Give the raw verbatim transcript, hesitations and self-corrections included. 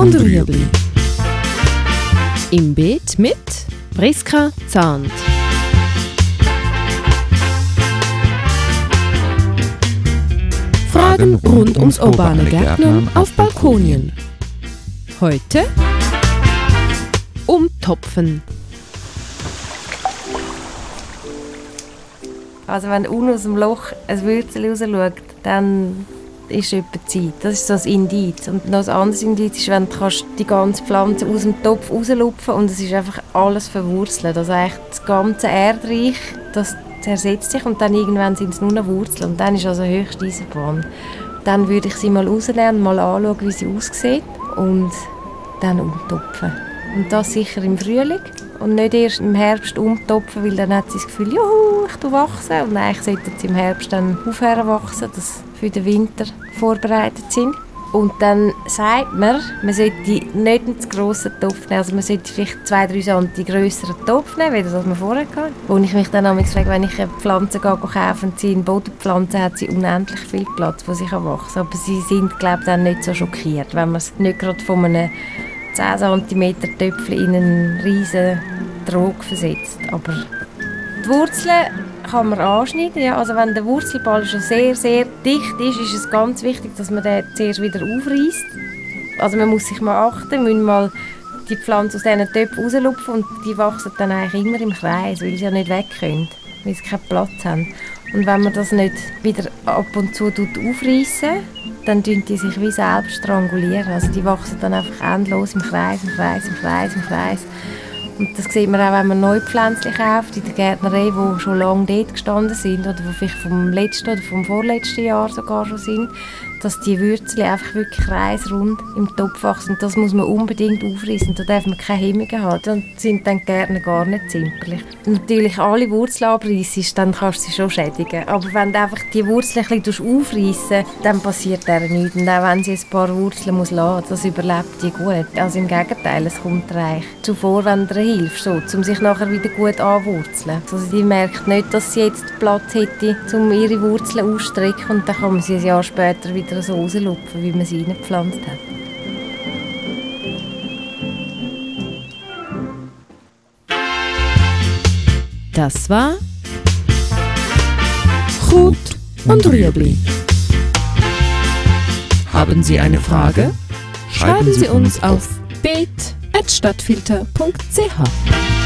und Rüebli. Im Beet mit Priska Zahnt. Fragen rund ums urbane Gärtnern auf Balkonien. Heute umtopfen. Also wenn unten aus dem Loch ein Würzel rausschaut, dann ist etwa Zeit. Das ist so das Indiz. Und noch ein anderes Indiz ist, wenn du die ganze Pflanze aus dem Topf rauslupfen und es ist einfach alles verwurzelt. Also eigentlich das ganze Erdreich, das zersetzt sich und dann irgendwann sind es nur noch Wurzeln. Und dann ist also höchste Eisenbahn. Dann würde ich sie mal rausnehmen, mal anschauen, wie sie aussieht und dann umtopfen. Und das sicher im Frühling und nicht erst im Herbst umtopfen, weil dann hat sie das Gefühl, juhu, ich wachse. Und eigentlich sollten sie im Herbst dann aufhören wachsen, dass sie für den Winter vorbereitet sind. Und dann sagt man, man sollte nicht einen zu grossen Topf nehmen, also man sollte vielleicht zwei, drei Zentimeter grösseren Topf nehmen, wie das wir vorher hatten. Wo ich mich dann manchmal frage, wenn ich eine Pflanze kaufe und sie in den Boden pflanze, hat sie unendlich viel Platz, wo sie wachsen kann. Aber sie sind, glaube ich, dann nicht so schockiert, wenn man es nicht gerade von einem zehn Zentimeter Töpfchen in einen riesen Trog versetzt. Aber die Wurzeln kann man anschneiden. Ja. Also wenn der Wurzelball schon sehr, sehr dicht ist, ist es ganz wichtig, dass man den zuerst wieder aufreißt. Also man muss sich mal achten, man muss mal die Pflanze aus diesen Töpfen rauslupfen und die wachsen dann eigentlich immer im Kreis, weil sie ja nicht weg können, weil sie keinen Platz haben. Und wenn man das nicht wieder ab und zu aufreißen, dann tun die sich wie selbst strangulieren. Also die wachsen dann einfach endlos im Kreis, im Kreis, im Kreis, im Kreis. Und das sieht man auch, wenn man neue Pflänzchen kauft in der Gärtnerei, die schon lange dort gestanden sind oder die vielleicht vom letzten oder vom vorletzten Jahr sogar schon sind, dass die Wurzeln einfach wirklich kreisrund im Topf wachsen. Und das muss man unbedingt aufreißen. Da darf man keine Hemmungen haben. Dann sind dann die Gärtner gar nicht zimperlich. Natürlich alle Wurzeln abreißt, dann kannst du sie schon schädigen. Aber wenn du einfach die Wurzeln ein bisschen aufreißen, dann passiert der nichts. Und auch wenn sie ein paar Wurzeln muss lassen, das überlebt die gut. Also im Gegenteil, es kommt dir eigentlich zuvor, wenn du ihr hilfst, so, um sich nachher wieder gut anwurzeln. Also die merkt nicht, dass sie jetzt Platz hätte, um ihre Wurzeln auszustrecken und dann kann man sie ein Jahr später wieder so rauslupfen, wie man sie reingepflanzt hat. Das war Gut und Rüebli. Haben Sie eine Frage? Schreiben Sie uns auf beet at stadtfilter punkt c h.